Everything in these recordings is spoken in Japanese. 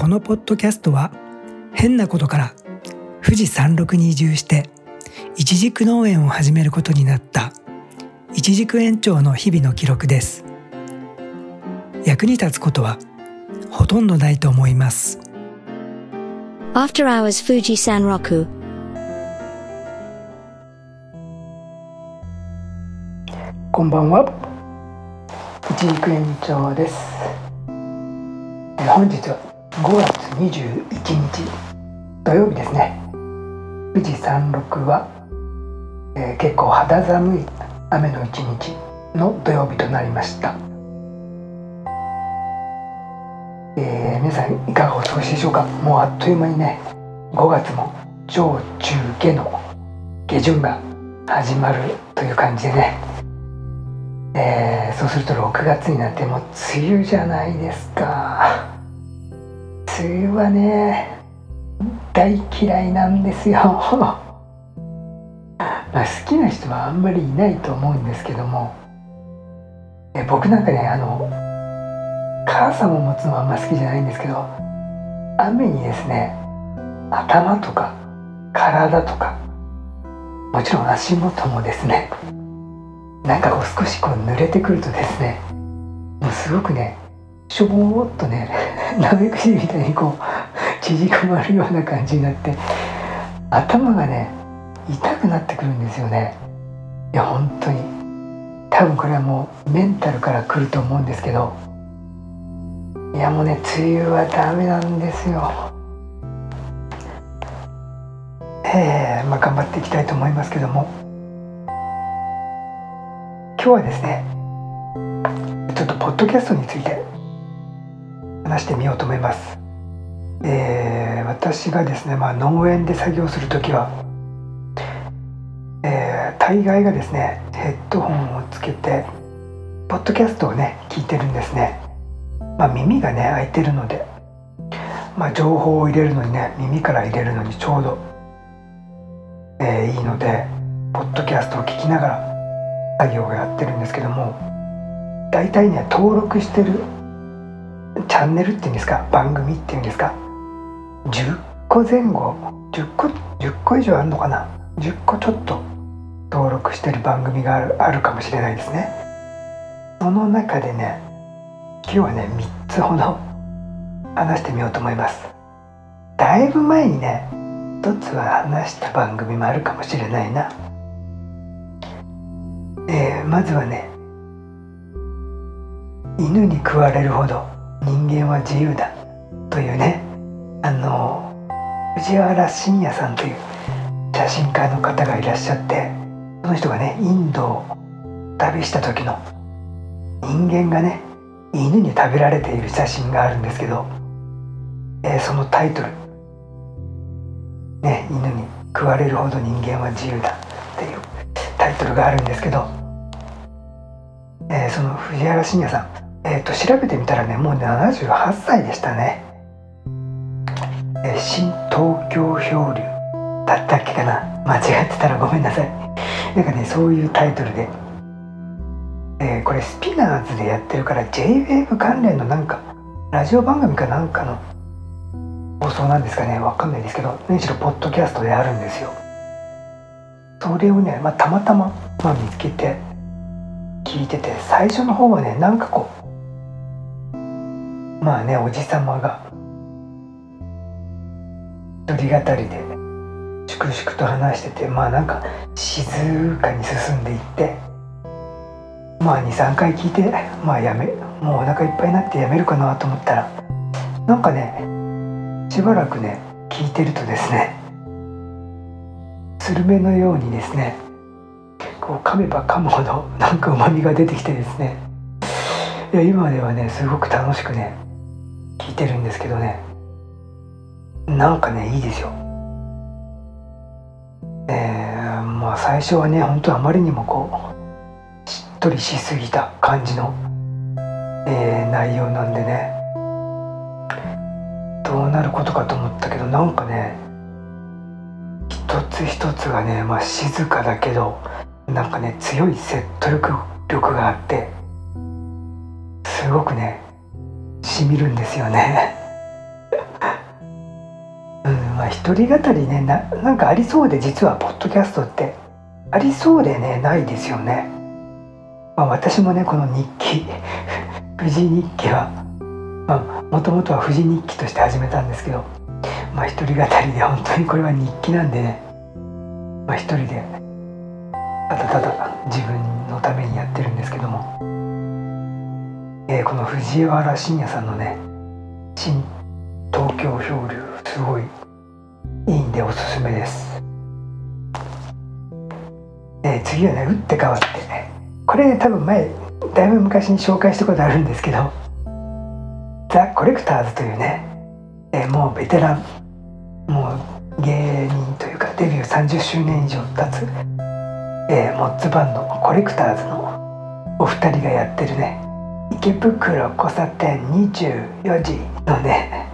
このポッドキャストは変なことから富士山麓に移住してイチジク農園を始めることになったイチジク園長の日々の記録です。役に立つことはほとんどないと思います。 After Hours Fuji Sanroku。 こんばんは、イチジク園長です。本日は5月21日土曜日ですね。富士山麓は、結構肌寒い雨の一日の土曜日となりました。皆さんいかがお過ごしでしょうか。もうあっという間にね、5月も上中下の下旬が始まるという感じでね、そうすると6月になってもう梅雨じゃないですか。梅雨はね大嫌いなんですよ好きな人はあんまりいないと思うんですけども、僕なんかね傘も持つのはあんま好きじゃないんですけど、雨にですね頭とか体とかもちろん足元もですね、なんか少し濡れてくるとですね、もうすごくねしょぼーっとねなめくじみたいに縮こまるような感じになって、頭がね痛くなってくるんですよね。いや本当に多分これはもうメンタルから来ると思うんですけど、いやもうね梅雨はダメなんですよ。頑張っていきたいと思いますけども、今日はですねちょっとポッドキャストについて話してみようと思います。私がですね、農園で作業するときは、大概がですねヘッドホンをつけてポッドキャストをね聞いてるんですね。耳がね開いてるので、情報を入れるのにね、耳から入れるのにちょうど、いいのでポッドキャストを聞きながら作業をやってるんですけども、だいたいね登録してるチャンネルっていうんですか、番組っていうんですか、10個前後10個以上あるのかな、10個ちょっと登録してる番組があるかもしれないですね。その中でね今日はね3つほど話してみようと思います。だいぶ前にね1つは話した番組もあるかもしれないな。まずはね、犬に食われるほど人間は自由だというね、藤原信也さんという写真家の方がいらっしゃって、その人がねインドを旅した時の人間がね犬に食べられている写真があるんですけど、そのタイトルね、犬に食われるほど人間は自由だっていうタイトルがあるんですけど、その藤原信也さん、調べてみたらねもう78歳でしたね。新東京漂流だったっけかな、間違ってたらごめんなさい。なんかねそういうタイトルで、これスピナーズでやってるから J-WAVE 関連のなんかラジオ番組かなんかの放送なんですかね、わかんないですけど、何しろポッドキャストであるんですよ。それをね、たまたま、見つけて聞いてて、最初の方はねなんかおじさまが一人語りで粛々と話してて、なんか静かに進んでいって、2、3回聞いて、もうお腹いっぱいになってやめるかなと思ったら、なんかねしばらくね聞いてるとですね、スルメのようにですね噛めば噛むほどなんか旨味が出てきてですね、いや今ではねすごく楽しくね聞いてるんですけどね、なんかねいいですよ。最初はね本当あまりにもしっとりしすぎた感じの、内容なんでね、どうなることかと思ったけど、なんかね一つ一つがね、静かだけどなんかね強い説得力があって、すごくねしみるんですよね一人語りね、なんかありそうで、実はポッドキャストってありそうでね、ないですよね。私もね、この日記富士日記はもともとは富士日記として始めたんですけど、一人語りで本当にこれは日記なんでね、一人でただただ自分のためにやってるんですけども、この藤原信也さんのね新東京漂流、すごいいいんでおすすめです。次はね、打って変わって、これね多分前だいぶ昔に紹介したことあるんですけど、ザ・コレクターズというね、もうベテラン、もう芸人というかデビュー30周年以上経つ、モッツバンドコレクターズのお二人がやってるね、池袋交差点24時のね、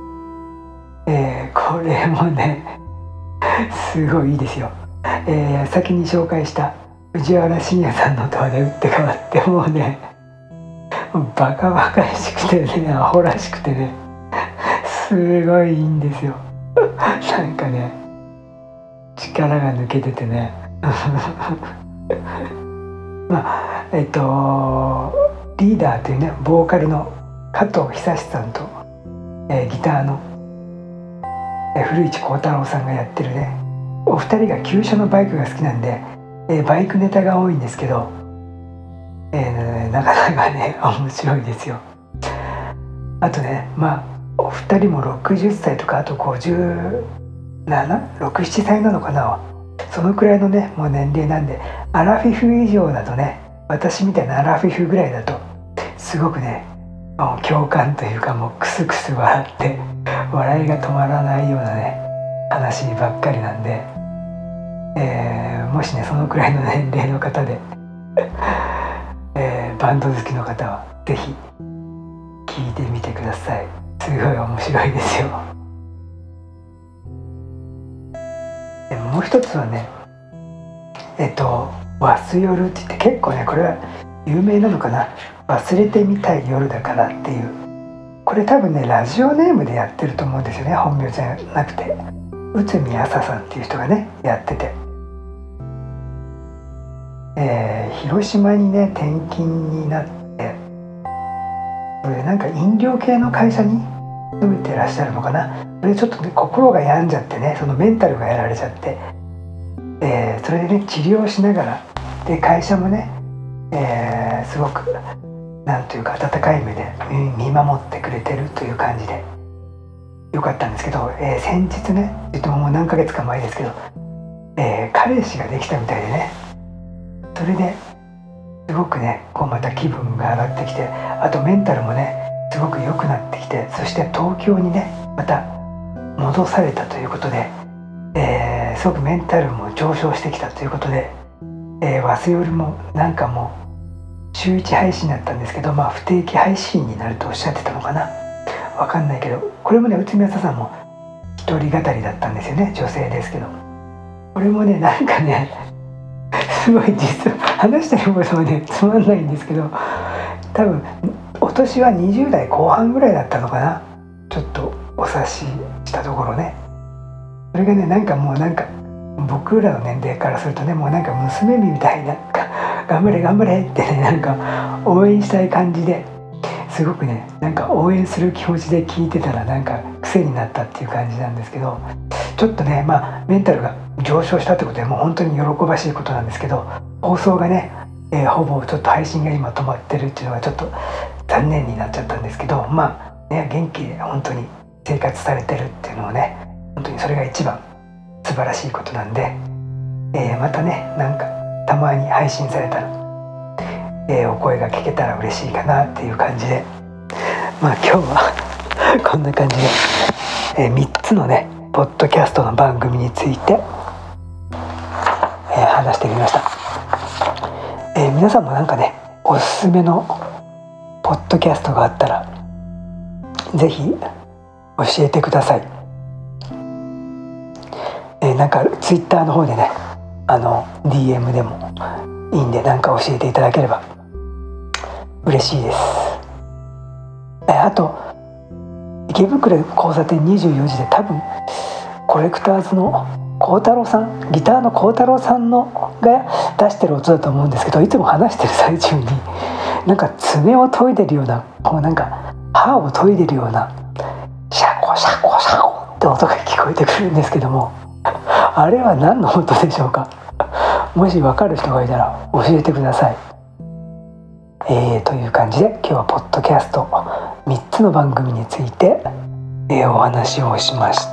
これもねすごいいいですよ。先に紹介した藤原信也さんのとはね打って変わって、もうねバカバカしくてね、アホらしくてね、すごいいいんですよ。なんかね力が抜けててねリーダーというねボーカルの加藤久志さんと、ギターの、古市幸太郎さんがやってるね、お二人が旧車のバイクが好きなんで、バイクネタが多いんですけど、なかなかね面白いですよ。あとね、お二人も60歳とか、あと57、6、7歳なのかな、そのくらいのねもう年齢なんで、アラフィフ以上だとね、私みたいなアラフィフぐらいだとすごくねもう共感というか、もうクスクス笑って笑いが止まらないようなね話ばっかりなんで、もしねそのくらいの年齢の方で、バンド好きの方はぜひ聞いてみてください。すごい面白いですよ。もう一つはね、ワスヨルって言って、結構ねこれは有名なのかな、忘れてみたい夜だからっていう、これ多分ねラジオネームでやってると思うんですよね、本名じゃなくて。内海朝さんっていう人がねやってて、広島にね転勤になって、それでなんか飲料系の会社に勤めてらっしゃるのかな。それでちょっとね心が病んじゃってね、そのメンタルがやられちゃって、それでね治療しながら、で会社もね、すごくなんというか温かい目で見守ってくれてるという感じでよかったんですけど、先日ね、もう何ヶ月か前ですけど、彼氏ができたみたいでね、それですごくねこうまた気分が上がってきて、あとメンタルもねすごく良くなってきて、そして東京にねまた戻されたということで、すごくメンタルも上昇してきたということで、ワスヨルもなんかもう週1配信だったんですけど、不定期配信になるとおっしゃってたのかな、わかんないけど、これもね内海朝さんも一人語りだったんですよね、女性ですけど。これもねなんかねすごい実は話してることはねつまんないんですけど、多分お年は20代後半ぐらいだったのかな、ちょっとお察ししたところね。それがねなんかもうなんか僕らの年齢からするとね、もうなんか娘みたいな、頑張れ頑張れってね、なんか応援したい感じで、すごくねなんか応援する気持ちで聞いてたらなんか癖になったっていう感じなんですけど、ちょっとねメンタルが上昇したってことでもう本当に喜ばしいことなんですけど、放送がね、ほぼちょっと配信が今止まってるっていうのがちょっと残念になっちゃったんですけど、元気で本当に生活されてるっていうのをね、本当にそれが一番素晴らしいことなんで、またねなんかたまに配信されたら、お声が聞けたら嬉しいかなっていう感じで、今日はこんな感じで、3つのねポッドキャストの番組について、話してみました。皆さんもなんかねおすすめのポッドキャストがあったらぜひ教えてください。なんかツイッターの方でねDM でもいいんで、なんか教えていただければ嬉しいです。あと池袋交差点24時で多分コレクターズの幸太郎さん、ギターの幸太郎さんのが出してる音だと思うんですけど、いつも話してる最中になんか爪を研いでるような、こうなんか歯を研いでるようなシャコシャコシャコって音が聞こえてくるんですけども、あれは何の音でしょうか。もし分かる人がいたら教えてください。という感じで今日はポッドキャスト3つの番組について、お話をしました。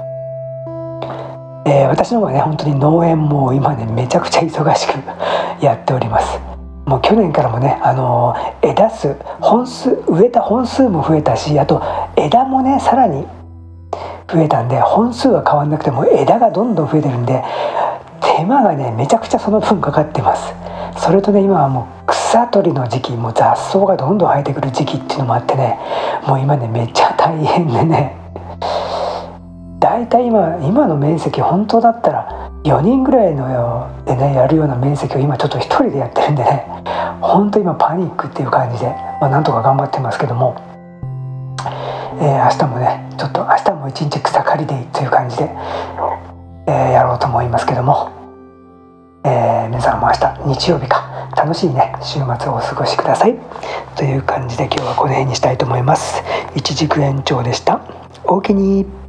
私の方はね本当に農園も今ねめちゃくちゃ忙しくやっております。もう去年からもね、枝数本数植えた本数も増えたし、あと枝もねさらに増えたんで、本数は変わんなくても枝がどんどん増えてるんで、手間がねめちゃくちゃその分かかってます。それとね今はもう草取りの時期、もう雑草がどんどん生えてくる時期っていうのもあってね、もう今ねめっちゃ大変でね、だいたい今の面積本当だったら4人ぐらいのでねやるような面積を今ちょっと1人でやってるんでね、本当今パニックっていう感じで、なんとか頑張ってますけども、明日もねちょっと明日も一日草刈りでいいという感じで、やろうと思いますけども、皆さんも明日日曜日か楽しいね週末をお過ごしくださいという感じで、今日はこの辺にしたいと思います。一軸延長でした。おおきに。